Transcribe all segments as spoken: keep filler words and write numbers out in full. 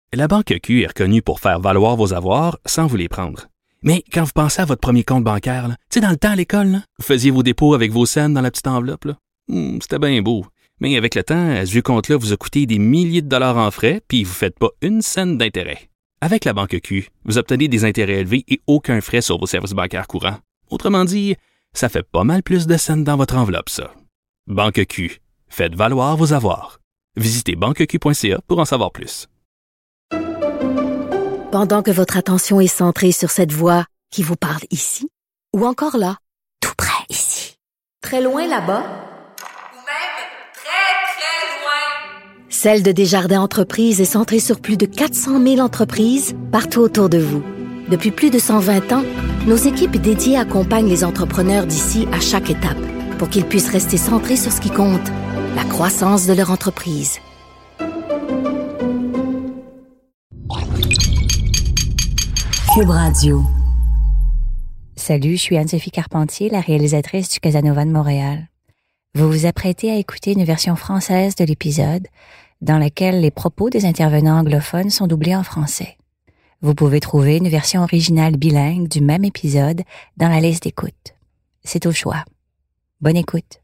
La Banque Q est reconnue pour faire valoir vos avoirs sans vous les prendre. Mais quand vous pensez à votre premier compte bancaire, tu sais, dans le temps à l'école, là, vous faisiez vos dépôts avec vos scènes dans la petite enveloppe. Là. Hum, c'était bien beau. Mais avec le temps, ce vieux compte-là vous a coûté des milliers de dollars en frais, puis vous ne faites pas une scène d'intérêt. Avec la Banque Q, vous obtenez des intérêts élevés et aucun frais sur vos services bancaires courants. Autrement dit, ça fait pas mal plus de scènes dans votre enveloppe, ça. Banque Q. Faites valoir vos avoirs. Visitez banque q point c a pour en savoir plus. Pendant que votre attention est centrée sur cette voix qui vous parle ici, ou encore là, tout près ici, très loin là-bas, ou même très, très loin, Celle de Desjardins Entreprises est centrée sur plus de quatre cent mille entreprises partout autour de vous. Depuis plus de cent vingt ans, nos équipes dédiées accompagnent les entrepreneurs d'ici à chaque étape pour qu'ils puissent rester centrés sur ce qui compte, la croissance de leur entreprise. Cube Radio. Salut, je suis Anne-Sophie Carpentier, la réalisatrice du Casanova de Montréal. Vous vous apprêtez à écouter une version française de l'épisode dans laquelle les propos des intervenants anglophones sont doublés en français. Vous pouvez trouver une version originale bilingue du même épisode dans la liste d'écoute. C'est au choix. Bonne écoute.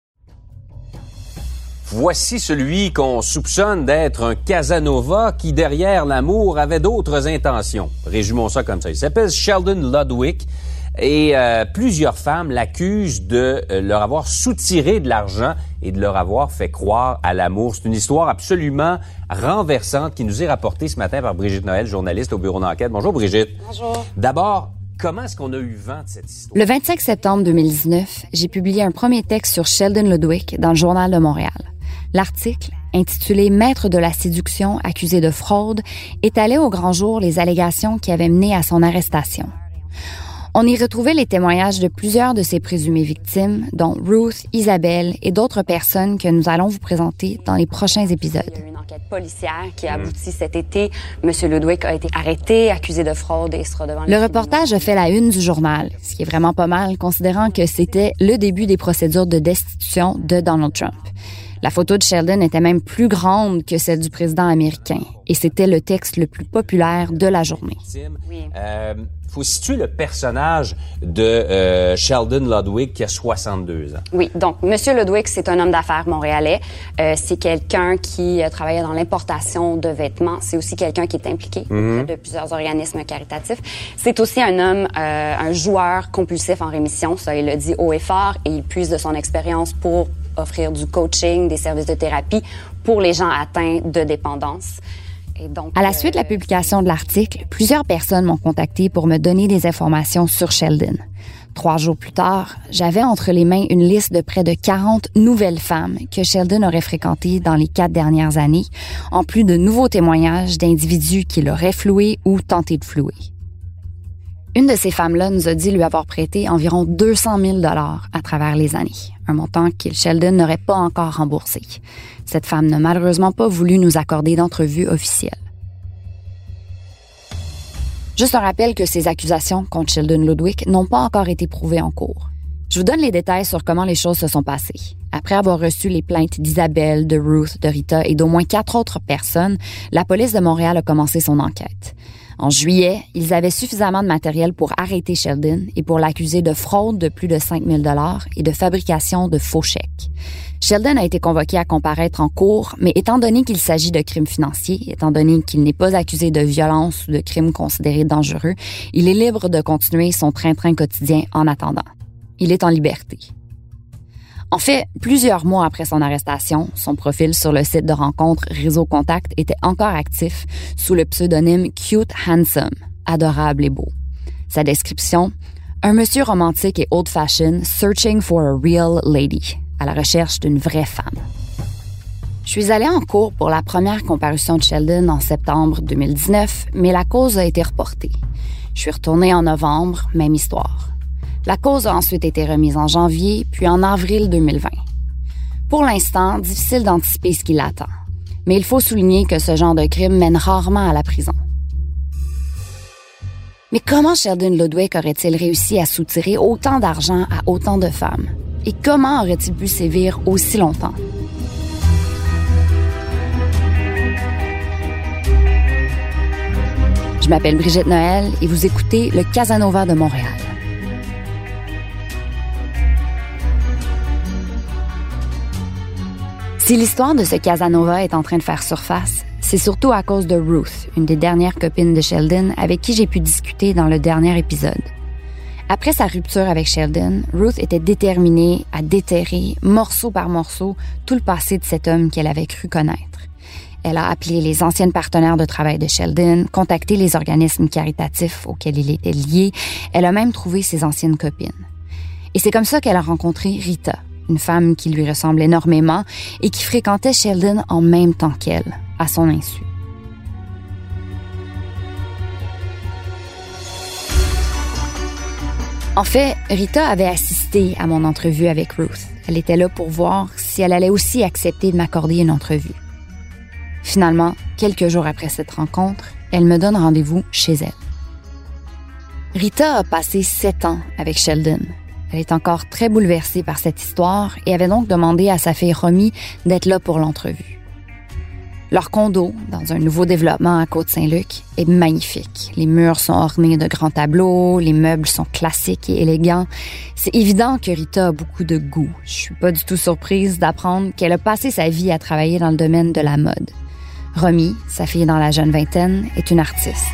Voici celui qu'on soupçonne d'être un Casanova qui, derrière l'amour, avait d'autres intentions. Résumons ça comme ça. Il s'appelle Sheldon Ludwig et euh, plusieurs femmes l'accusent de euh, leur avoir soutiré de l'argent et de leur avoir fait croire à l'amour. C'est une histoire absolument renversante qui nous est rapportée ce matin par Brigitte Noël, journaliste au bureau d'enquête. Bonjour Brigitte. Bonjour. D'abord, comment est-ce qu'on a eu vent de cette histoire? Le vingt-cinq septembre deux mille dix-neuf, j'ai publié un premier texte sur Sheldon Ludwig dans le Journal de Montréal. L'article, intitulé « Maître de la séduction accusé de fraude », étalait au grand jour les allégations qui avaient mené à son arrestation. On y retrouvait les témoignages de plusieurs de ses présumées victimes, dont Ruth, Isabelle et d'autres personnes que nous allons vous présenter dans les prochains épisodes. Il y a eu une enquête policière qui a abouti cet été. M. Ludwig a été arrêté, accusé de fraude et sera devant... Le reportage a fait la une du journal, ce qui est vraiment pas mal, considérant que c'était le début des procédures de destitution de Donald Trump. La photo de Sheldon était même plus grande que celle du président américain, et c'était le texte le plus populaire de la journée. Oui. Euh, faut situer le personnage de euh, Sheldon Ludwig qui a soixante-deux ans. Oui, donc M. Ludwig, c'est un homme d'affaires montréalais. Euh, c'est quelqu'un qui euh, travaillait dans l'importation de vêtements. C'est aussi quelqu'un qui est impliqué mm-hmm. auprès de plusieurs organismes caritatifs. C'est aussi un homme, euh, un joueur compulsif en rémission. Ça, il le dit haut et fort, et il puise de son expérience pour offrir du coaching, des services de thérapie pour les gens atteints de dépendance. Et donc, à la suite de la publication de l'article, plusieurs personnes m'ont contacté pour me donner des informations sur Sheldon. Trois jours plus tard, j'avais entre les mains une liste de près de quarante nouvelles femmes que Sheldon aurait fréquentées dans les quatre dernières années, en plus de nouveaux témoignages d'individus qui l'auraient floué ou tenté de flouer. Une de ces femmes-là nous a dit lui avoir prêté environ deux cent mille dollars à travers les années, un montant qu'il Sheldon n'aurait pas encore remboursé. Cette femme n'a malheureusement pas voulu nous accorder d'entrevue officielle. Juste un rappel que ces accusations contre Sheldon Ludwig n'ont pas encore été prouvées en cours. Je vous donne les détails sur comment les choses se sont passées. Après avoir reçu les plaintes d'Isabelle, de Ruth, de Rita et d'au moins quatre autres personnes, la police de Montréal a commencé son enquête. En juillet, ils avaient suffisamment de matériel pour arrêter Sheldon et pour l'accuser de fraude de plus de cinq mille dollars et de fabrication de faux chèques. Sheldon a été convoqué à comparaître en cour, mais étant donné qu'il s'agit de crimes financiers, étant donné qu'il n'est pas accusé de violence ou de crimes considérés dangereux, il est libre de continuer son train-train quotidien en attendant. Il est en liberté. En fait, plusieurs mois après son arrestation, son profil sur le site de rencontre Réseau Contact était encore actif sous le pseudonyme Cute Handsome, adorable et beau. Sa description, un monsieur romantique et old-fashioned searching for a real lady, à la recherche d'une vraie femme. Je suis allée en cours pour la première comparution de Sheldon en septembre deux mille dix-neuf, mais la cause a été reportée. Je suis retournée en novembre, même histoire. La cause a ensuite été remise en janvier, puis en avril deux mille vingt. Pour l'instant, difficile d'anticiper ce qui l'attend. Mais il faut souligner que ce genre de crime mène rarement à la prison. Mais comment Sheldon Ludwig aurait-il réussi à soutirer autant d'argent à autant de femmes? Et comment aurait-il pu sévir aussi longtemps? Je m'appelle Brigitte Noël et vous écoutez le Casanova de Montréal. Si l'histoire de ce Casanova est en train de faire surface, c'est surtout à cause de Ruth, une des dernières copines de Sheldon avec qui j'ai pu discuter dans le dernier épisode. Après sa rupture avec Sheldon, Ruth était déterminée à déterrer, morceau par morceau, tout le passé de cet homme qu'elle avait cru connaître. Elle a appelé les anciennes partenaires de travail de Sheldon, contacté les organismes caritatifs auxquels il était lié. Elle a même trouvé ses anciennes copines. Et c'est comme ça qu'elle a rencontré Rita, une femme qui lui ressemble énormément et qui fréquentait Sheldon en même temps qu'elle, à son insu. En fait, Rita avait assisté à mon entrevue avec Ruth. Elle était là pour voir si elle allait aussi accepter de m'accorder une entrevue. Finalement, quelques jours après cette rencontre, elle me donne rendez-vous chez elle. Rita a passé sept ans avec Sheldon. Elle est encore très bouleversée par cette histoire et avait donc demandé à sa fille Romy d'être là pour l'entrevue. Leur condo, dans un nouveau développement à Côte-Saint-Luc, est magnifique. Les murs sont ornés de grands tableaux, les meubles sont classiques et élégants. C'est évident que Rita a beaucoup de goût. Je suis pas du tout surprise d'apprendre qu'elle a passé sa vie à travailler dans le domaine de la mode. Romy, sa fille dans la jeune vingtaine, est une artiste.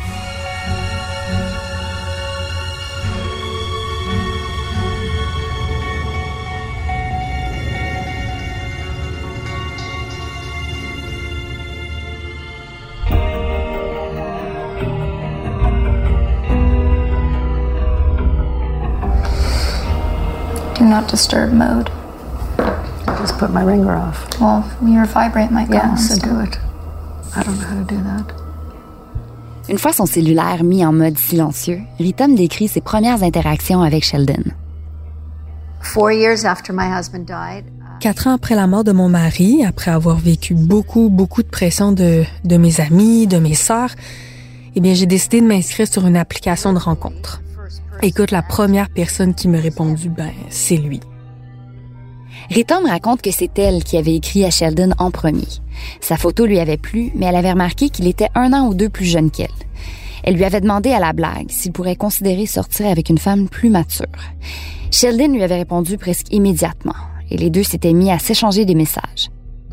Do not disturb mode. Just put my ringer off. Well, your vibrate might go Yeah, on. so So do it. I don't know how to do that. Une fois son cellulaire mis en mode silencieux, Rita me décrit ses premières interactions avec Sheldon. Four years after my husband died, Quatre ans après la mort de mon mari, après avoir vécu beaucoup, beaucoup de pression de, de mes amis, de mes sœurs, eh bien, j'ai décidé de m'inscrire sur une application de rencontre. Écoute, la première personne qui m'a répondu, ben, c'est lui. Rita me raconte que c'est elle qui avait écrit à Sheldon en premier. Sa photo lui avait plu, mais elle avait remarqué qu'il était un an ou deux plus jeune qu'elle. Elle lui avait demandé à la blague s'il pourrait considérer sortir avec une femme plus mature. Sheldon lui avait répondu presque immédiatement, et les deux s'étaient mis à s'échanger des messages.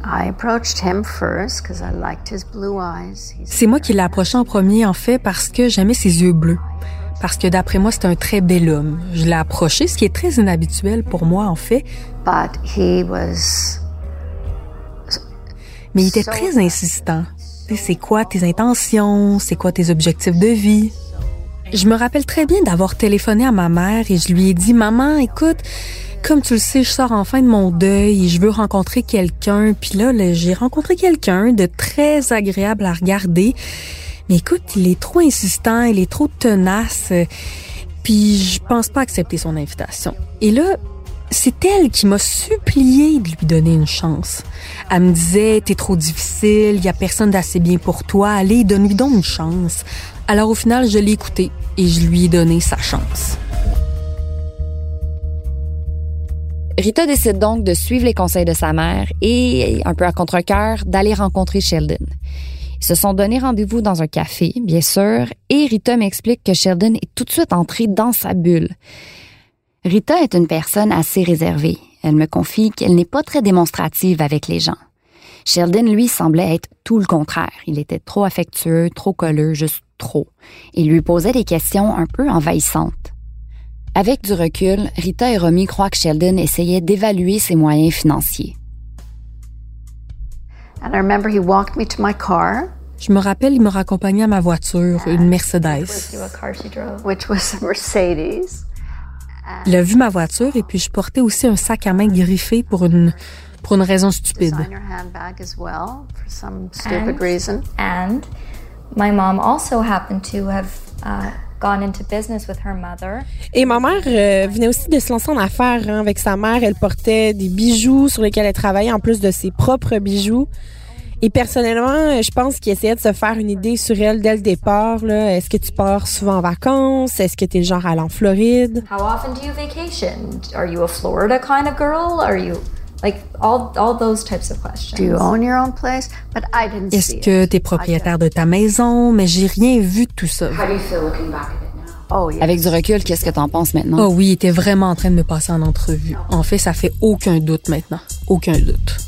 C'est moi qui l'ai approché en premier, en fait, parce que j'aimais ses yeux bleus. Parce que d'après moi, c'est un très bel homme. Je l'ai approché, ce qui est très inhabituel pour moi, en fait. but he was Mais il était très insistant. C'est quoi tes intentions? C'est quoi tes objectifs de vie? Je me rappelle très bien d'avoir téléphoné à ma mère et je lui ai dit « Maman, écoute, comme tu le sais, je sors enfin de mon deuil et je veux rencontrer quelqu'un. » Puis là, là, j'ai rencontré quelqu'un de très agréable à regarder. Mais écoute, il est trop insistant, il est trop tenace. Puis je pense pas accepter son invitation. Et là, c'est elle qui m'a supplié de lui donner une chance. Elle me disait, t'es trop difficile, il y a personne d'assez bien pour toi, allez, donne-lui donc une chance. Alors au final, je l'ai écouté et je lui ai donné sa chance. Rita décide donc de suivre les conseils de sa mère et, un peu à contre-cœur, d'aller rencontrer Sheldon. Ils se sont donné rendez-vous dans un café, bien sûr, et Rita m'explique que Sheldon est tout de suite entré dans sa bulle. Rita est une personne assez réservée. Elle me confie qu'elle n'est pas très démonstrative avec les gens. Sheldon, lui, semblait être tout le contraire. Il était trop affectueux, trop colleux, juste trop. Il lui posait des questions un peu envahissantes. Avec du recul, Rita et Romy croient que Sheldon essayait d'évaluer ses moyens financiers. And I remember he walked me to my car. Je me rappelle, il me raccompagnait à ma voiture, une Mercedes. Which was a Mercedes. Il a vu ma voiture et puis je portais aussi un sac à main griffé pour une, pour une raison stupide. And, and my mom also happened to have uh, gone into business with her mother. Et ma mère euh, venait aussi de se lancer en affaires hein, avec sa mère. Elle portait des bijoux sur lesquels elle travaillait en plus de ses propres bijoux. Et personnellement, je pense qu'il essayait de se faire une idée sur elle dès le départ. Là. Est-ce que tu pars souvent en vacances? Est-ce que tu es le genre à aller en Floride? How often do you vacation? Are you a Florida kind of girl? Are you Like all all those types of questions. Do you own your own place? But I didn't Est-ce see que it. t'es propriétaire de ta maison? Mais j'ai rien vu de tout ça. How do you feel looking back at it now? Oh, yes. Avec du recul, qu'est-ce que t'en penses maintenant? Oh oui, il était vraiment en train de me passer en entrevue. En fait, ça fait aucun doute maintenant. Aucun doute.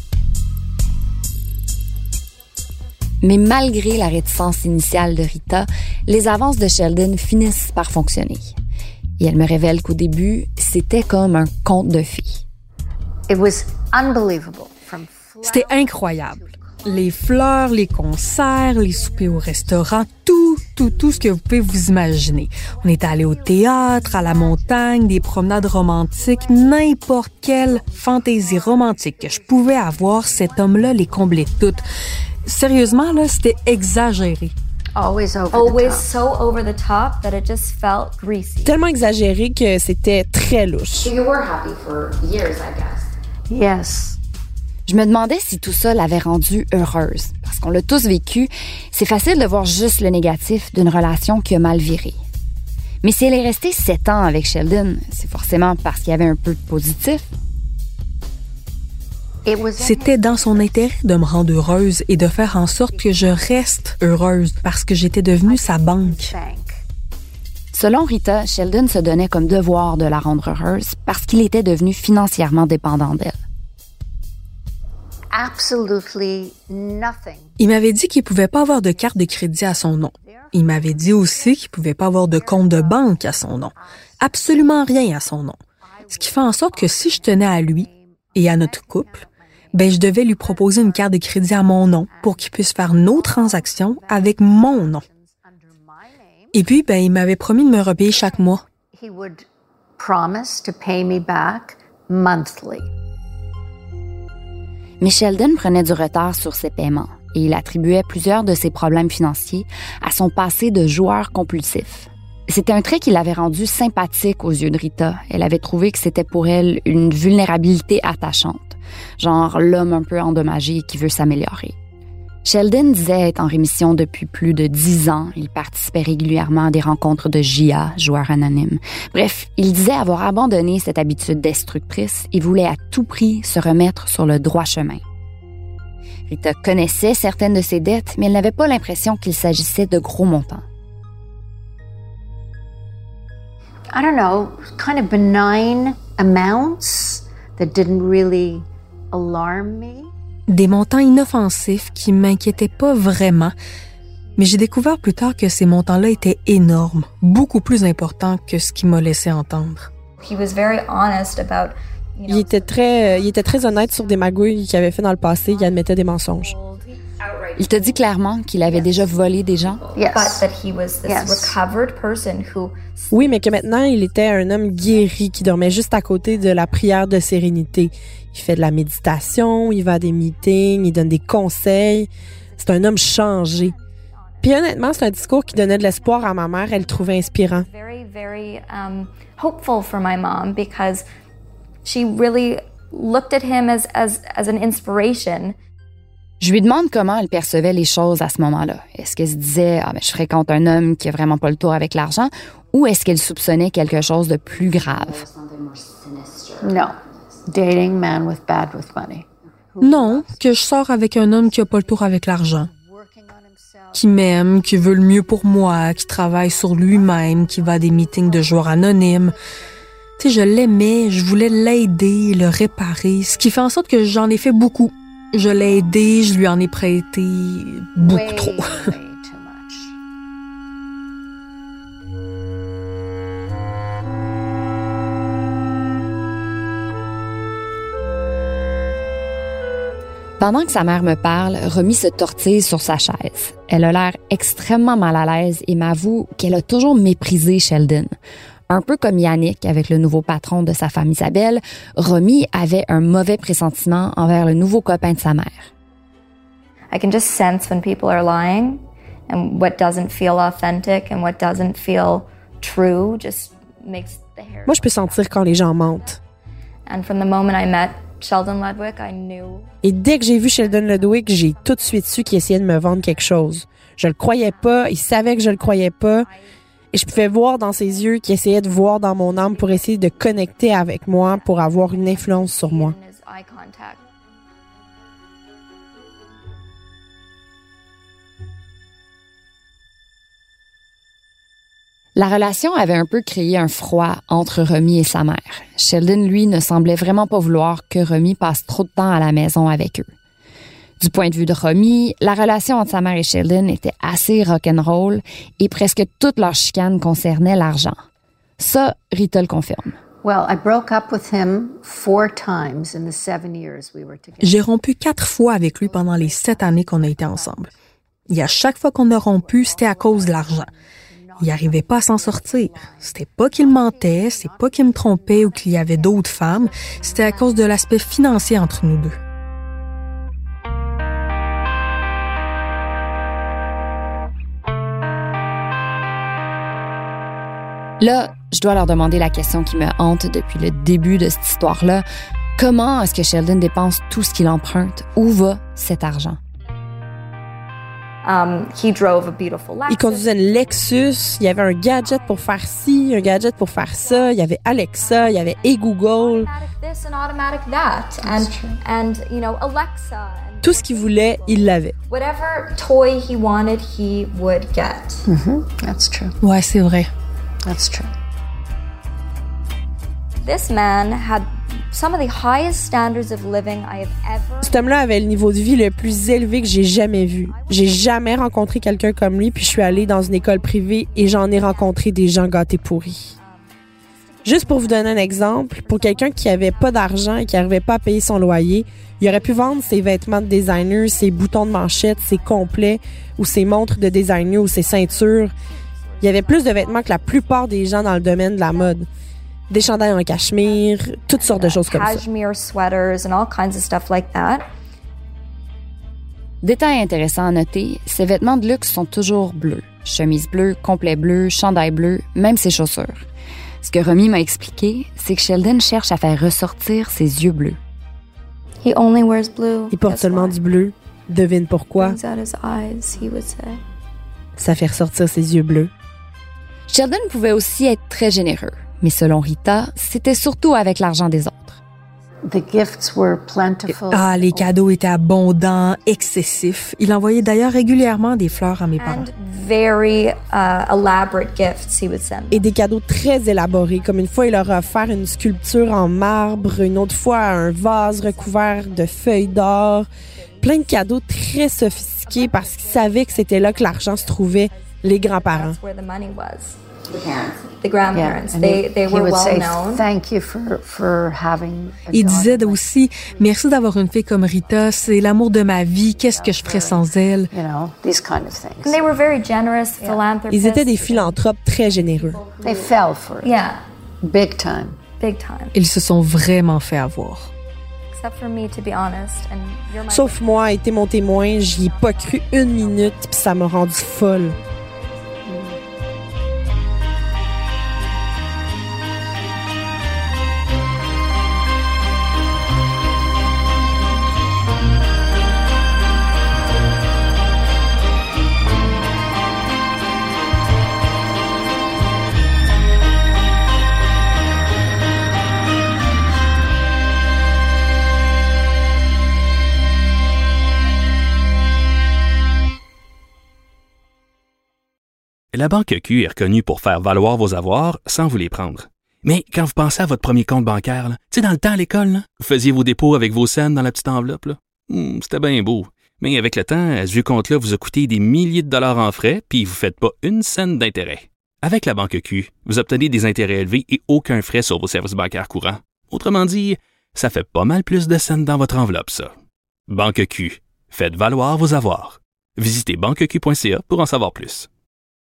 Mais malgré la réticence initiale de Rita, les avances de Sheldon finissent par fonctionner. Et elle me révèle qu'au début, c'était comme un conte de fées. It was unbelievable. From C'était incroyable. Les fleurs, les concerts, les soupers au restaurant, tout, tout, tout ce que vous pouvez vous imaginer. On était allés au théâtre, à la montagne, des promenades romantiques, n'importe quelle fantaisie romantique que je pouvais avoir, cet homme-là les comblait toutes. Sérieusement, là, c'était exagéré. Always over Always the top. so over the top that it just felt greasy. Tellement exagéré que c'était très louche. So you were happy for years, I guess. Yes. Je me demandais si tout ça l'avait rendue heureuse. Parce qu'on l'a tous vécu, c'est facile de voir juste le négatif d'une relation qui a mal viré. Mais si elle est restée sept ans avec Sheldon, c'est forcément parce qu'il y avait un peu de positif. C'était dans son intérêt de me rendre heureuse et de faire en sorte que je reste heureuse parce que j'étais devenue sa banque. Selon Rita, Sheldon se donnait comme devoir de la rendre heureuse parce qu'il était devenu financièrement dépendant d'elle. Absolutely nothing. Il m'avait dit qu'il pouvait pas avoir de carte de crédit à son nom. Il m'avait dit aussi qu'il pouvait pas avoir de compte de banque à son nom. Absolument rien à son nom. Ce qui fait en sorte que si je tenais à lui et à notre couple, ben je devais lui proposer une carte de crédit à mon nom pour qu'il puisse faire nos transactions avec mon nom. Et puis, ben il m'avait promis de me repayer chaque mois. He would promise to pay me back monthly. Mais Sheldon prenait du retard sur ses paiements et il attribuait plusieurs de ses problèmes financiers à son passé de joueur compulsif. C'était un trait qui l'avait rendu sympathique aux yeux de Rita. Elle avait trouvé que c'était pour elle une vulnérabilité attachante, genre l'homme un peu endommagé qui veut s'améliorer. Sheldon disait être en rémission depuis plus de dix ans. Il participait régulièrement à des rencontres de J A, joueurs anonymes. Bref, il disait avoir abandonné cette habitude destructrice et voulait à tout prix se remettre sur le droit chemin. Rita connaissait certaines de ses dettes, mais elle n'avait pas l'impression qu'il s'agissait de gros montants. I don't know, kind of benign amounts that didn't really alarm me. Des montants inoffensifs qui m'inquiétaient pas vraiment, mais j'ai découvert plus tard que ces montants-là étaient énormes, beaucoup plus importants que ce qu'il m'a laissé entendre. He was very honest about, you know, Il était très, euh, il était très honnête sur des magouilles qu'il avait fait dans le passé. Il admettait des mensonges. Il te dit clairement qu'il avait déjà volé des gens? Yes. but that he was this Yes. recovered person who Oui, mais que maintenant, il était un homme guéri qui dormait juste à côté de la prière de sérénité. Il fait de la méditation, il va à des meetings, il donne des conseils. C'est un homme changé. Puis honnêtement, c'est un discours qui donnait de l'espoir à ma mère. Elle le trouvait inspirant. very, very um, hopeful for my mom because she really looked at him as, as, as an inspiration. Je lui demande comment elle percevait les choses à ce moment-là. Est-ce qu'elle se disait « Ah ben, je fréquente un homme qui a vraiment pas le tour avec l'argent » ou est-ce qu'elle soupçonnait quelque chose de plus grave? No. Dating man with bad with money. Non, que je sors avec un homme qui a pas le tour avec l'argent, qui m'aime, qui veut le mieux pour moi, qui travaille sur lui-même, qui va à des meetings de joueurs anonymes. Tu sais, je l'aimais, je voulais l'aider, le réparer, ce qui fait en sorte que j'en ai fait beaucoup. Je l'ai aidé, je lui en ai prêté beaucoup Way, trop. way too much. Pendant que sa mère me parle, Romy se tortille sur sa chaise. Elle a l'air extrêmement mal à l'aise et m'avoue qu'elle a toujours méprisé Sheldon. Un peu comme Yannick avec le nouveau patron de sa femme Isabelle, Romy avait un mauvais pressentiment envers le nouveau copain de sa mère. I can just sense when people are lying and what doesn't feel authentic and what doesn't feel true just makes the hair. Moi, je peux sentir quand les gens mentent. And from the moment I met Sheldon Ludwig, I knew. Et dès que j'ai vu Sheldon Ludwig, j'ai tout de suite su qu'il essayait de me vendre quelque chose. Je le croyais pas, il savait que je le croyais pas. Et je pouvais voir dans ses yeux qu'il essayait de voir dans mon âme pour essayer de connecter avec moi, pour avoir une influence sur moi. In his eye contact. La relation avait un peu créé un froid entre Romy et sa mère. Sheldon, lui, ne semblait vraiment pas vouloir que Romy passe trop de temps à la maison avec eux. Du point de vue de Romy, la relation entre sa mère et Sheldon était assez rock'n'roll et presque toute leur chicane concernait l'argent. Ça, Rita le confirme. Well, I broke up with him four times in the seven years we were together. J'ai rompu quatre fois avec lui pendant les sept années qu'on a été ensemble. Et à chaque fois qu'on a rompu, c'était à cause de l'argent. Il arrivait pas à s'en sortir. C'était pas qu'il mentait, c'est pas qu'il me trompait ou qu'il y avait d'autres femmes. C'était à cause de l'aspect financier entre nous deux. Là, je dois leur demander la question qui me hante depuis le début de cette histoire-là. Comment est-ce que Sheldon dépense tout ce qu'il emprunte? Où va cet argent? Um, he drove a beautiful Lexus. Il conduisait une Lexus, il y avait un gadget pour faire ci, un gadget pour faire ça, il y avait Alexa, il y avait et Google. This and automatic that, and and you know Alexa. And tout ce qu'il voulait, il l'avait. Whatever toy he wanted, he would get. Mm-hmm. That's true. Ouais, c'est vrai. That's true. This man had some of the highest standards of living I have ever. Cet homme-là avait le niveau de vie le plus élevé que j'ai jamais vu. J'ai jamais rencontré quelqu'un comme lui, puis je suis allée dans une école privée et j'en ai rencontré des gens gâtés pourris. Juste pour vous donner un exemple, pour quelqu'un qui avait pas d'argent et qui arrivait pas à payer son loyer, il aurait pu vendre ses vêtements de designer, ses boutons de manchette, ses complets ou ses montres de designer ou ses ceintures. Il y avait plus de vêtements que la plupart des gens dans le domaine de la mode. Des chandails en cachemire, toutes sortes de choses comme ça. Cashmere sweaters and all kinds of stuff like that. Détail intéressant à noter, ses vêtements de luxe sont toujours bleus. Chemise bleue, complet bleu, chandail bleu, même ses chaussures. Ce que Romy m'a expliqué, c'est que Sheldon cherche à faire ressortir ses yeux bleus. He only wears blue. Il porte seulement du bleu. Devine pourquoi. Brings out his eyes, he would say. Ça fait ressortir ses yeux bleus. Sheldon pouvait aussi être très généreux. Mais selon Rita, c'était surtout avec l'argent des autres. The gifts were plentiful. Ah, les cadeaux étaient abondants, excessifs. Il envoyait d'ailleurs régulièrement des fleurs à mes parents. And very uh, elaborate gifts he would send. Et des cadeaux très élaborés. Comme une fois, il leur a offert une sculpture en marbre, une autre fois un vase recouvert de feuilles d'or. Plein de cadeaux très sophistiqués parce qu'il savait que c'était là que l'argent se trouvait, les grands-parents. That's where the money was. The parents. The grandparents, Yeah. they he, they he were would well say, known. Thank you for for having. A Il daughter disait like aussi, merci d'avoir une fille comme Rita, c'est l'amour de ma vie, qu'est-ce que je ferais sans elle? You know, these kind of things. And they were very generous philanthropists. Ils étaient des philanthropes très généreux. They fell for it. Yeah, Big time. big time. Ils se sont vraiment fait avoir. Except for me, to be honest, and you're my. Sauf moi, été mon témoin, j'y ai pas cru une minute, puis ça m'a rendu folle. La Banque Q est reconnue pour faire valoir vos avoirs sans vous les prendre. Mais quand vous pensez à votre premier compte bancaire, tu sais, dans le temps à l'école, là, vous faisiez vos dépôts avec vos scènes dans la petite enveloppe. Là. Hmm, c'était bien beau. Mais avec le temps, ce vieux compte-là vous a coûté des milliers de dollars en frais, puis vous ne faites pas une scène d'intérêt. Avec la Banque Q, vous obtenez des intérêts élevés et aucun frais sur vos services bancaires courants. Autrement dit, ça fait pas mal plus de scènes dans votre enveloppe, ça. Banque Q. Faites valoir vos avoirs. Visitez banque q point c a pour en savoir plus.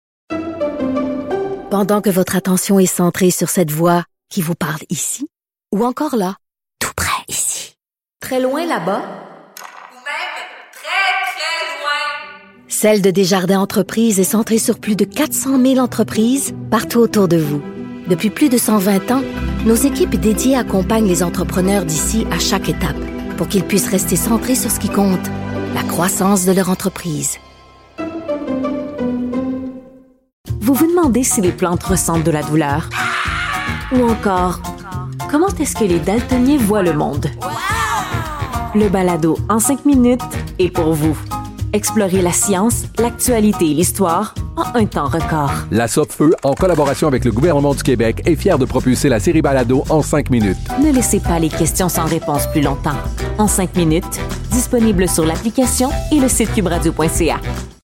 Pendant que votre attention est centrée sur cette voix qui vous parle ici, ou encore là, tout près ici, très loin là-bas, ou même très, très loin, celle de Desjardins Entreprises est centrée sur plus de quatre cent mille entreprises partout autour de vous. Depuis plus de cent vingt ans, nos équipes dédiées accompagnent les entrepreneurs d'ici à chaque étape pour qu'ils puissent rester centrés sur ce qui compte, la croissance de leur entreprise. Vous vous demandez si les plantes ressentent de la douleur? Ou encore, comment est-ce que les daltoniens voient le monde? Le balado en cinq minutes est pour vous. Explorez la science, l'actualité et l'histoire en un temps record. La Sopfeu, en collaboration avec le gouvernement du Québec, est fière de propulser la série balado en cinq minutes. Ne laissez pas les questions sans réponse plus longtemps. En cinq minutes, disponible sur l'application et le site cube radio point c a.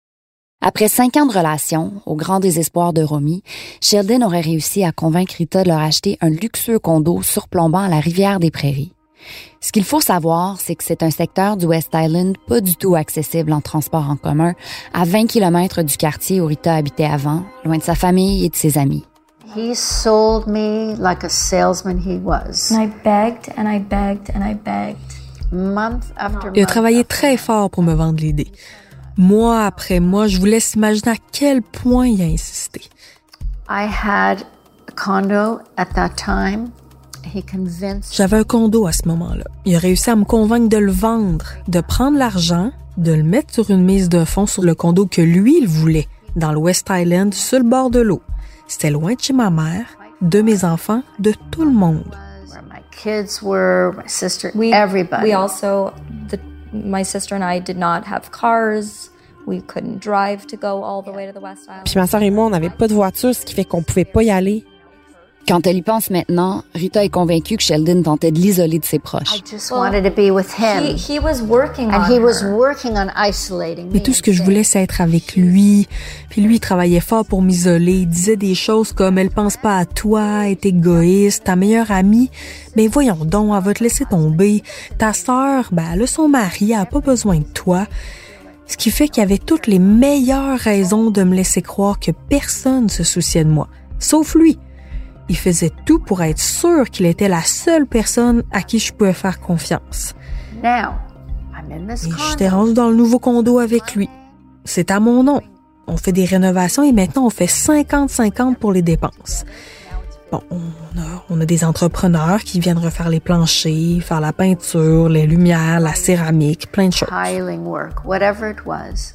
Après cinq ans de relation, au grand désespoir de Romy, Sheldon aurait réussi à convaincre Rita de leur acheter un luxueux condo surplombant la rivière des Prairies. Ce qu'il faut savoir, c'est que c'est un secteur du West Island pas du tout accessible en transport en commun, à vingt kilomètres du quartier où Rita habitait avant, loin de sa famille et de ses amis. He sold me like a salesman he was. And I begged and I begged and I begged. Month after month. Il a travaillé très fort pour me vendre l'idée. Mois après mois, je vous laisse imaginer à quel point il a insisté. I had a condo at that time. He convinced... J'avais un condo à ce moment-là. Il a réussi à me convaincre de le vendre, de prendre l'argent, de le mettre sur une mise de fonds sur le condo que lui, il voulait, dans le West Island, sur le bord de l'eau. C'était loin de chez ma mère, de mes enfants, de tout le monde. Where my kids were, my sister, We, everybody. we also, the, my sister and I did not have cars. We couldn't drive to go all the way to the West Island. Puis ma sœur et moi, on n'avait pas de voiture, ce qui fait qu'on pouvait pas y aller. Quand elle y pense maintenant, Rita est convaincue que Sheldon tentait de l'isoler de ses proches. I just wanted to be with him. He, he was working And on he was her. working on isolating me. Mais tout ce que je voulais, c'est être avec lui. Puis lui, il travaillait fort pour m'isoler. Il disait des choses comme « Elle pense pas à toi, elle est égoïste, ta meilleure amie. Mais voyons donc, elle va te laisser tomber. Ta sœur, ben, elle a son mari, elle a pas besoin de toi. » Ce qui fait qu'il y avait toutes les meilleures raisons de me laisser croire que personne se souciait de moi. Sauf lui. Il faisait tout pour être sûr qu'il était la seule personne à qui je pouvais faire confiance. Now, I'm in this Et condo. j'étais rendue dans le nouveau condo avec lui. C'est à mon nom. On fait des rénovations et maintenant on fait cinquante cinquante pour les dépenses. Bon, on a, on a des entrepreneurs qui viennent refaire les planchers, faire la peinture, les lumières, la céramique, plein de choses. Tiling work, whatever it was.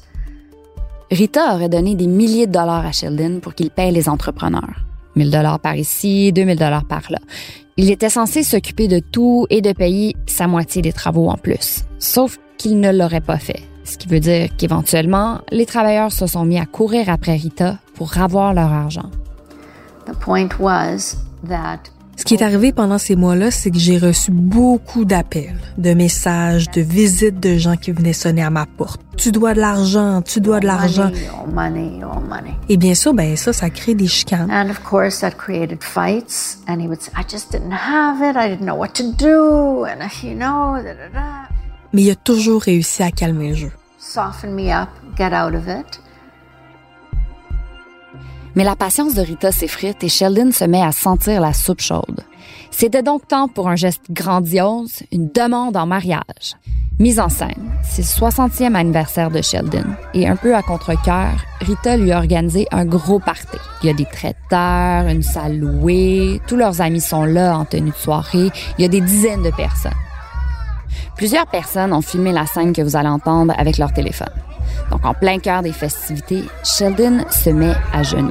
Rita aurait donné des milliers de dollars à Sheldon pour qu'il paye les entrepreneurs. mille dollars par ici, deux mille dollars par là. Il était censé s'occuper de tout et de payer sa moitié des travaux en plus. Sauf qu'il ne l'aurait pas fait. Ce qui veut dire qu'éventuellement, les travailleurs se sont mis à courir après Rita pour avoir leur argent. The point was that Ce qui est arrivé pendant ces mois-là, c'est que j'ai reçu beaucoup d'appels, de messages, de visites de gens qui venaient sonner à ma porte. Tu dois de l'argent, tu dois de l'argent. money, oh money, oh money. Et bien sûr, ben ça, ça crée des chicanes. And of course that created fights and he would say, I just didn't have it, I didn't know what to do, and you know, da da da. Mais il a toujours réussi à calmer le jeu. Soften me up, get out of it. Mais la patience de Rita s'effrite et Sheldon se met à sentir la soupe chaude. C'était donc temps pour un geste grandiose, une demande en mariage. Mise en scène, c'est le soixantième anniversaire de Sheldon. Et un peu à contre-cœur, Rita lui a organisé un gros party. Il y a des traiteurs, une salle louée, tous leurs amis sont là en tenue de soirée, il y a des dizaines de personnes. Plusieurs personnes ont filmé la scène que vous allez entendre avec leur téléphone. Donc, en plein cœur des festivités, Sheldon se met à genoux.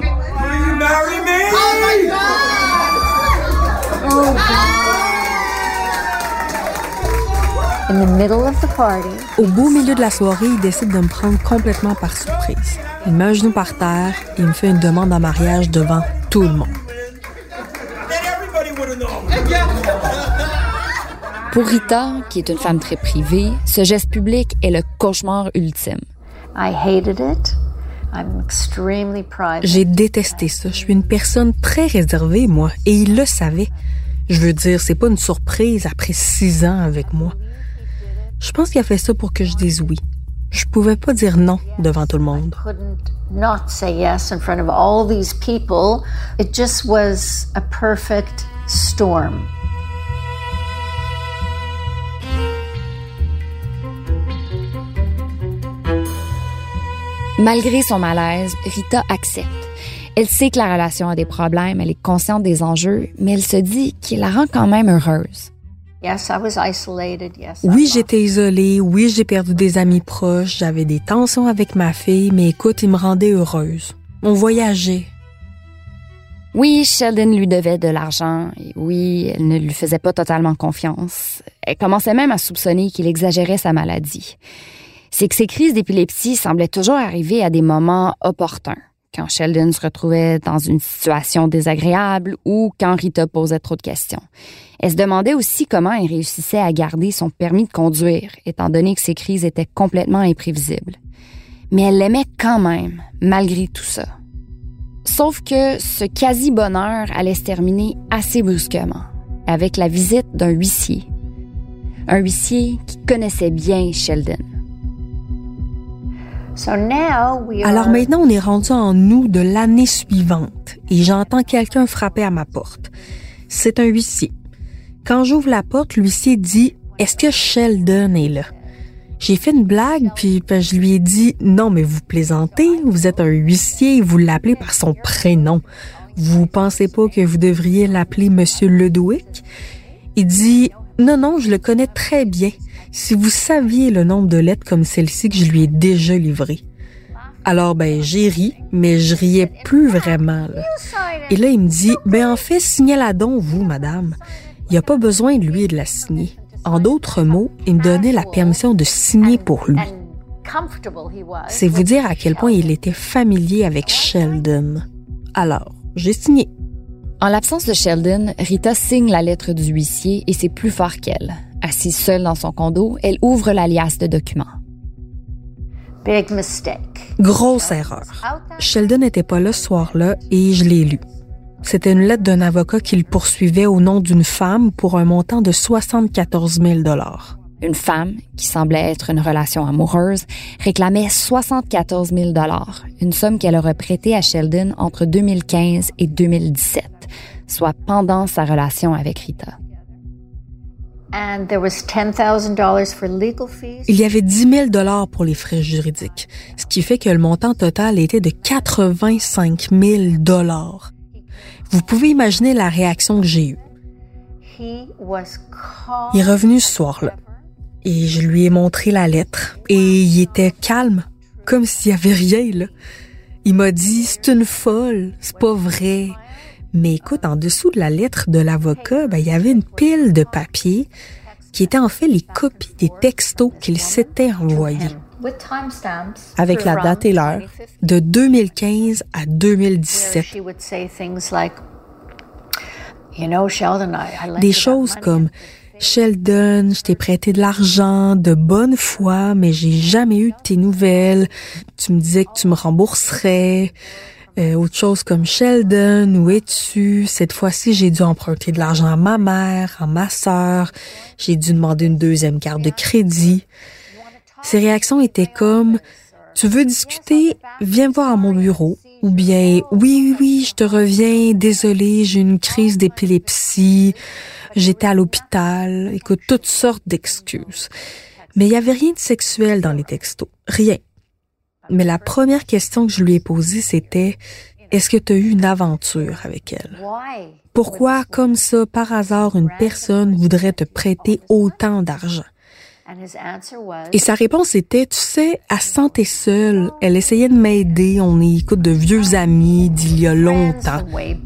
In the middle of the party, Au beau milieu de la soirée, il décide de me prendre complètement par surprise. Il met un genou par terre et il me fait une demande en mariage devant tout le monde. Pour Rita, qui est une femme très privée, ce geste public est le cauchemar ultime. I hated it. I'm extremely private. J'ai détesté ça. Je suis une personne très réservée, moi, et il le savait. Je veux dire, c'est pas une surprise après six ans avec moi. Je pense qu'il a fait ça pour que je dise oui. Je pouvais pas dire non devant tout le monde. I couldn't not say yes in front of all these people. It just was a perfect storm. Malgré son malaise, Rita accepte. Elle sait que la relation a des problèmes, elle est consciente des enjeux, mais elle se dit qu'il la rend quand même heureuse. Yes, I was isolated. Yes. Oui, j'étais isolée. Oui, j'ai perdu des amis proches. J'avais des tensions avec ma fille, mais écoute, il me rendait heureuse. On voyageait. Oui, Sheldon lui devait de l'argent, et oui, elle ne lui faisait pas totalement confiance. Elle commençait même à soupçonner qu'il exagérait sa maladie. C'est que ses crises d'épilepsie semblaient toujours arriver à des moments opportuns, quand Sheldon se retrouvait dans une situation désagréable ou quand Rita posait trop de questions. Elle se demandait aussi comment il réussissait à garder son permis de conduire, étant donné que ses crises étaient complètement imprévisibles. Mais elle l'aimait quand même, malgré tout ça. Sauf que ce quasi-bonheur allait se terminer assez brusquement, avec la visite d'un huissier. Un huissier qui connaissait bien Sheldon. Alors maintenant, on est rendu en août de l'année suivante et j'entends quelqu'un frapper à ma porte. C'est un huissier. Quand j'ouvre la porte, l'huissier dit « Est-ce que Sheldon est là? » J'ai fait une blague, puis, puis je lui ai dit « Non, mais vous plaisantez, vous êtes un huissier et vous l'appelez par son prénom. Vous pensez pas que vous devriez l'appeler Monsieur Ludwig? » Il dit « Non, non, je le connais très bien. Si vous saviez le nombre de lettres comme celle-ci que je lui ai déjà livrées. » Alors, ben, j'ai ri, mais je riais plus vraiment, là. Et là, il me dit « Ben, en fait, signez-la donc, vous, madame. Il n'y a pas besoin de lui de la signer. » En d'autres mots, il me donnait la permission de signer pour lui. C'est vous dire à quel point il était familier avec Sheldon. Alors, j'ai signé. En l'absence de Sheldon, Rita signe la lettre du huissier et c'est plus fort qu'elle. Assise seule dans son condo, elle ouvre la liasse de documents. Big mistake. Grosse erreur. Sheldon n'était pas là ce soir-là et je l'ai lu. C'était une lettre d'un avocat qui le poursuivait au nom d'une femme pour un montant de soixante-quatorze mille dollars. Une femme, qui semblait être une relation amoureuse, réclamait soixante-quatorze mille dollars, une somme qu'elle aurait prêtée à Sheldon entre deux mille quinze et deux mille dix-sept, soit pendant sa relation avec Rita. And there was ten thousand dollars for legal fees. Il y avait dix mille dollars pour les frais juridiques, ce qui fait que le montant total était de quatre-vingt-cinq mille dollars. Vous pouvez imaginer la réaction que j'ai eue. Il est revenu ce soir-là et je lui ai montré la lettre et il était calme, comme s'il y avait rien, là. Il m'a dit « C'est une folle, c'est pas vrai. » Mais écoute, en dessous de la lettre de l'avocat, ben, il y avait une pile de papier qui étaient en fait les copies des textos qu'il s'était envoyés. Avec la date et l'heure, de deux mille quinze à deux mille dix-sept. Des choses comme « Sheldon, je t'ai prêté de l'argent de bonne foi, mais j'ai jamais eu de tes nouvelles. Tu me disais que tu me rembourserais. » Euh, autre chose comme « Sheldon, où es-tu? Cette fois-ci, j'ai dû emprunter de l'argent à ma mère, à ma sœur. J'ai dû demander une deuxième carte de crédit. » Ses réactions étaient comme « Tu veux discuter? Viens me voir à mon bureau. » Ou bien « Oui, oui, oui, je te reviens. Désolée, j'ai une crise d'épilepsie. J'étais à l'hôpital. » Écoute, toutes sortes d'excuses. Mais il n'y avait rien de sexuel dans les textos. Rien. Mais la première question que je lui ai posée, c'était « Est-ce que tu as eu une aventure avec elle? Pourquoi, comme ça, par hasard, une personne voudrait te prêter autant d'argent? » Et sa réponse était « Tu sais, elle se sentait seule. Elle essayait de m'aider. On est, écoute, de vieux amis d'il y a longtemps. »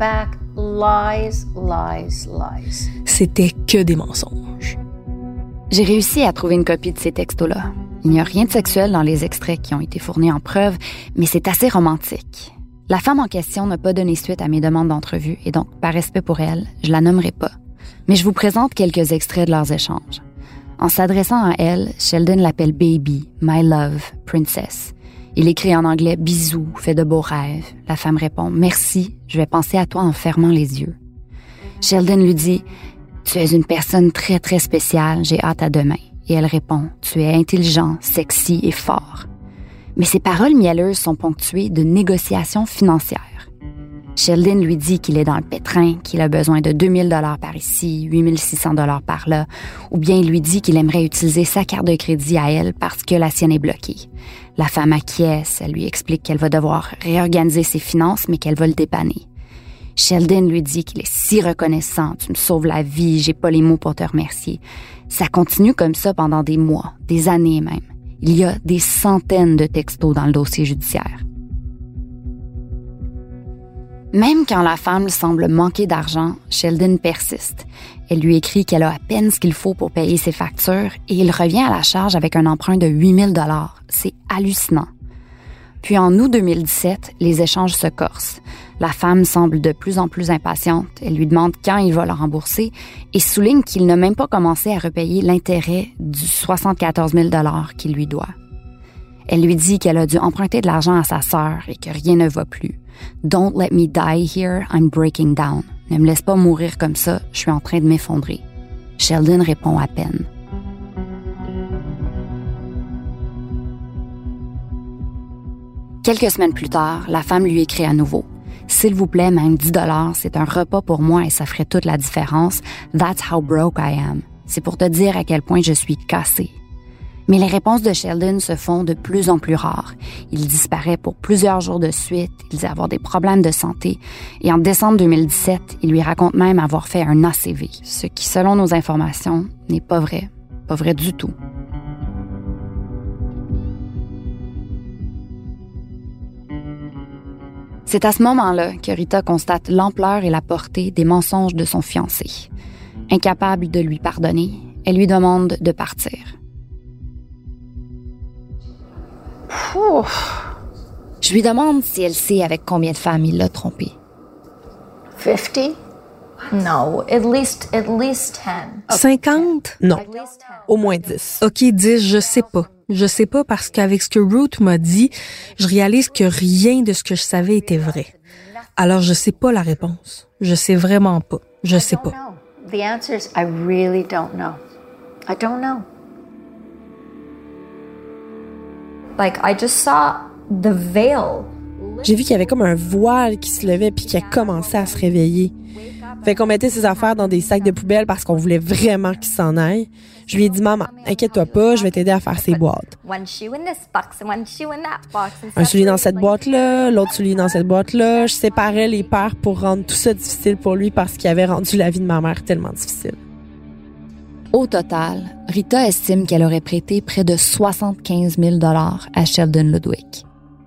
C'était que des mensonges. J'ai réussi à trouver une copie de ces textos-là. Il n'y a rien de sexuel dans les extraits qui ont été fournis en preuve, mais c'est assez romantique. La femme en question n'a pas donné suite à mes demandes d'entrevue et donc, par respect pour elle, je la nommerai pas. Mais je vous présente quelques extraits de leurs échanges. En s'adressant à elle, Sheldon l'appelle « Baby »,« My love »,« Princess ». Il écrit en anglais « Bisous, fais de beaux rêves ». La femme répond « Merci, je vais penser à toi en fermant les yeux ». Sheldon lui dit « Tu es une personne très très spéciale, j'ai hâte à demain ». Et elle répond « Tu es intelligent, sexy et fort ». Mais ces paroles mielleuses sont ponctuées de négociations financières. Sheldon lui dit qu'il est dans le pétrin, qu'il a besoin de deux mille dollars par ici, huit mille six cents dollars par là, ou bien il lui dit qu'il aimerait utiliser sa carte de crédit à elle parce que la sienne est bloquée. La femme acquiesce, elle lui explique qu'elle va devoir réorganiser ses finances, mais qu'elle va le dépanner. Sheldon lui dit qu'il est si reconnaissant, tu me sauves la vie, j'ai pas les mots pour te remercier. Ça continue comme ça pendant des mois, des années même. Il y a des centaines de textos dans le dossier judiciaire. Même quand la femme semble manquer d'argent, Sheldon persiste. Elle lui écrit qu'elle a à peine ce qu'il faut pour payer ses factures et il revient à la charge avec un emprunt de huit mille dollars. C'est hallucinant. Puis en août deux mille dix-sept, les échanges se corsent. La femme semble de plus en plus impatiente. Elle lui demande quand il va le rembourser et souligne qu'il n'a même pas commencé à repayer l'intérêt du soixante-quatorze mille dollars qu'il lui doit. Elle lui dit qu'elle a dû emprunter de l'argent à sa sœur et que rien ne va plus. « Don't let me die here, I'm breaking down. » Ne me laisse pas mourir comme ça, je suis en train de m'effondrer. Sheldon répond à peine. Quelques semaines plus tard, la femme lui écrit à nouveau. « S'il vous plaît, même dix dollars, c'est un repas pour moi et ça ferait toute la différence. That's how broke I am. C'est pour te dire à quel point je suis cassée. » Mais les réponses de Sheldon se font de plus en plus rares. Il disparaît pour plusieurs jours de suite, il dit avoir des problèmes de santé, et en décembre deux mille dix-sept, il lui raconte même avoir fait un A C V, ce qui, selon nos informations, n'est pas vrai. Pas vrai du tout. C'est à ce moment-là que Rita constate l'ampleur et la portée des mensonges de son fiancé. Incapable de lui pardonner, elle lui demande de partir. Je lui demande si elle sait avec combien de femmes il l'a trompée. fifty? No, at least, at least ten. cinquante? Non, au moins dix. OK, dix, je sais pas. Je sais pas parce qu'avec ce que Ruth m'a dit, je réalise que rien de ce que je savais était vrai. Alors, je sais pas la réponse. Je sais vraiment pas. Je sais pas. The answer is I really don't know. I don't know. Like, I just saw the veil. J'ai vu qu'il y avait comme un voile qui se levait puis qui a commencé à se réveiller. Fait qu'on mettait ses affaires dans des sacs de poubelle parce qu'on voulait vraiment qu'il s'en aille. Je lui ai dit, maman, inquiète-toi pas, je vais t'aider à faire ses boîtes. Un soulier dans cette boîte-là, l'autre soulier dans cette boîte-là. Je séparais les paires pour rendre tout ça difficile pour lui parce qu'il avait rendu la vie de ma mère tellement difficile. Au total, Rita estime qu'elle aurait prêté près de soixante-quinze mille dollars à Sheldon Ludwig.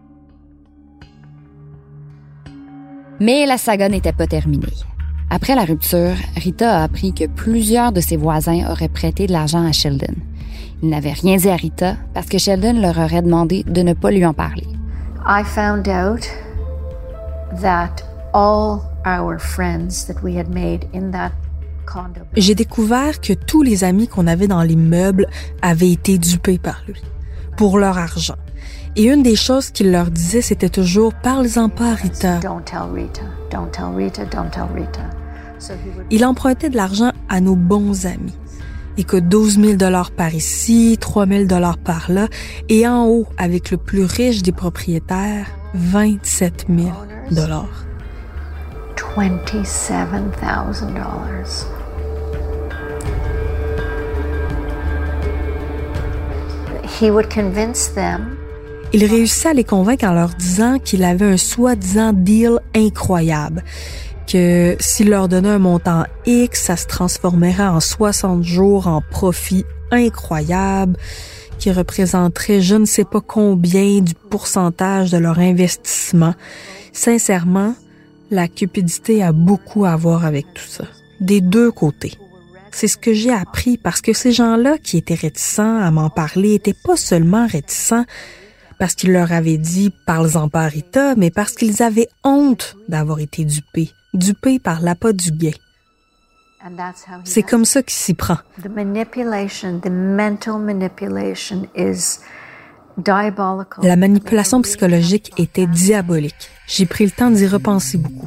Mais la saga n'était pas terminée. Après la rupture, Rita a appris que plusieurs de ses voisins auraient prêté de l'argent à Sheldon. Ils n'avaient rien dit à Rita parce que Sheldon leur aurait demandé de ne pas lui en parler. I found out that all our friends that we had made in that condo. J'ai découvert que tous les amis qu'on avait dans l'immeuble avaient été dupés par lui, pour leur argent. Et une des choses qu'il leur disait, c'était toujours « Parle-en pas à Rita ». Don't tell Rita, don't tell Rita, don't tell Rita. So he would... Il empruntait de l'argent à nos bons amis. Écoute, douze mille dollars par ici, trois mille dollars par là, et en haut, avec le plus riche des propriétaires, vingt-sept mille dollars. twenty-seven thousand dollars. He would convince them. Il réussit à les convaincre en leur disant qu'il avait un soi-disant deal incroyable, que s'il leur donnait un montant X, ça se transformerait en soixante jours en profit incroyable, qui représenterait je ne sais pas combien du pourcentage de leur investissement. Sincèrement, la cupidité a beaucoup à voir avec tout ça, des deux côtés. C'est ce que j'ai appris parce que ces gens-là qui étaient réticents à m'en parler étaient pas seulement réticents parce qu'ils leur avaient dit « parle-en pas à Rita », mais parce qu'ils avaient honte d'avoir été dupés, dupés par l'appât du gain. C'est comme ça qu'il s'y prend. The manipulation, the mental manipulation is diabolical. La manipulation psychologique était diabolique. J'ai pris le temps d'y repenser beaucoup.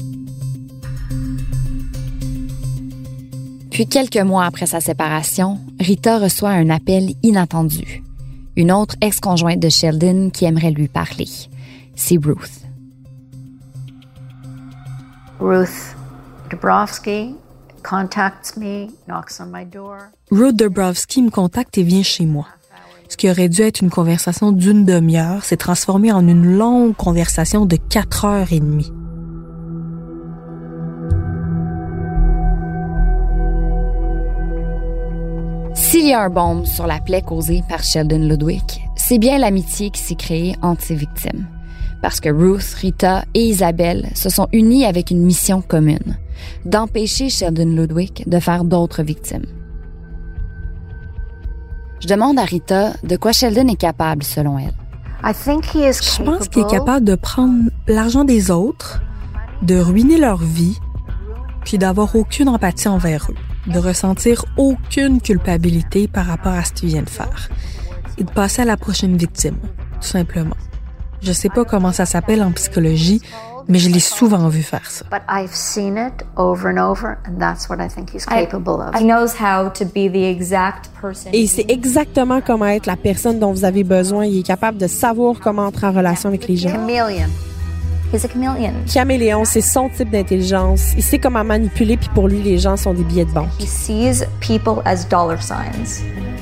Puis quelques mois après sa séparation, Rita reçoit un appel inattendu. Une autre ex-conjointe de Sheldon qui aimerait lui parler. C'est Ruth. Ruth Dabrowski contacts me, knocks on my door. Ruth Dabrowski me contacte et vient chez moi. Ce qui aurait dû être une conversation d'une demi-heure s'est transformé en une longue conversation de quatre heures et demie. S'il y a un baume sur la plaie causée par Sheldon Ludwig, c'est bien l'amitié qui s'est créée entre ses victimes. parce que Ruth, Rita et Isabelle se sont unies avec une mission commune, d'empêcher Sheldon Ludwig de faire d'autres victimes. Je demande à Rita de quoi Sheldon est capable selon elle. Je pense qu'il est capable de prendre l'argent des autres, de ruiner leur vie, puis d'avoir aucune empathie envers eux, de ressentir aucune culpabilité par rapport à ce qu'il vient de faire, et de passer à la prochaine victime, tout simplement. Je sais pas comment ça s'appelle en psychologie, mais je l'ai souvent vu faire ça. But I've seen it over and over, and that's what I think he's capable of. He knows how to be the exact person. Et c'est exactement comment être la personne dont vous avez besoin. Il est capable de savoir comment entrer en relation avec les gens. Chameleon. He's a chameleon. Caméléon, c'est son type d'intelligence. Il sait comment manipuler, puis pour lui, les gens sont des billets de banque. He sees people as dollar signs.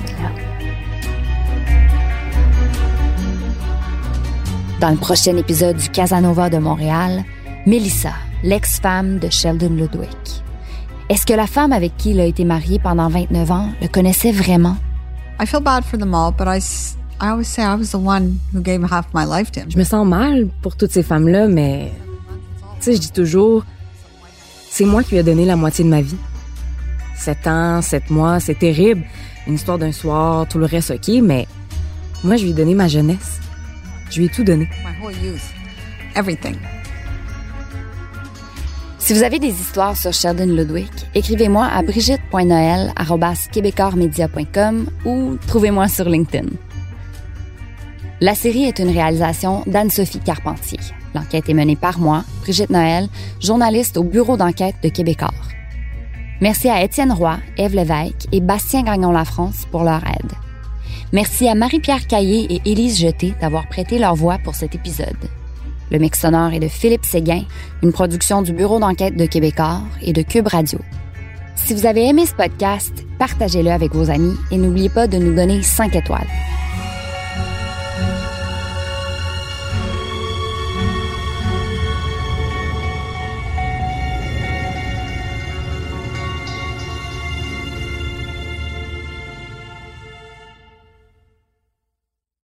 Dans le prochain épisode du Casanova de Montréal, Melissa, l'ex-femme de Sheldon Ludwig. Est-ce que la femme avec qui il a été marié pendant vingt-neuf ans le connaissait vraiment? I feel bad for them all, but I, I always say I was the one who gave half my life to him. Je me sens mal pour toutes ces femmes-là, mais tu sais, je dis toujours, c'est moi qui lui ai donné la moitié de ma vie. Sept ans, sept mois, c'est terrible. Une histoire d'un soir, tout le reste, OK, mais moi, je lui ai donné ma jeunesse. Je lui ai tout donné. My whole youth. Everything. Si vous avez des histoires sur Sheldon Ludwig, écrivez-moi à brigitte point noël arobase québécois media point com ou trouvez-moi sur LinkedIn. La série est une réalisation d'Anne-Sophie Carpentier. L'enquête est menée par moi, Brigitte Noël, journaliste au bureau d'enquête de Québécois. Merci à Étienne Roy, Ève Lévesque et Bastien Gagnon-Lafrance pour leur aide. Merci à Marie-Pierre Caillé et Élise Jeté d'avoir prêté leur voix pour cet épisode. Le mix sonore est de Philippe Séguin, une production du bureau d'enquête de Québécois et de Cube Radio. Si vous avez aimé ce podcast, partagez-le avec vos amis et n'oubliez pas de nous donner cinq étoiles.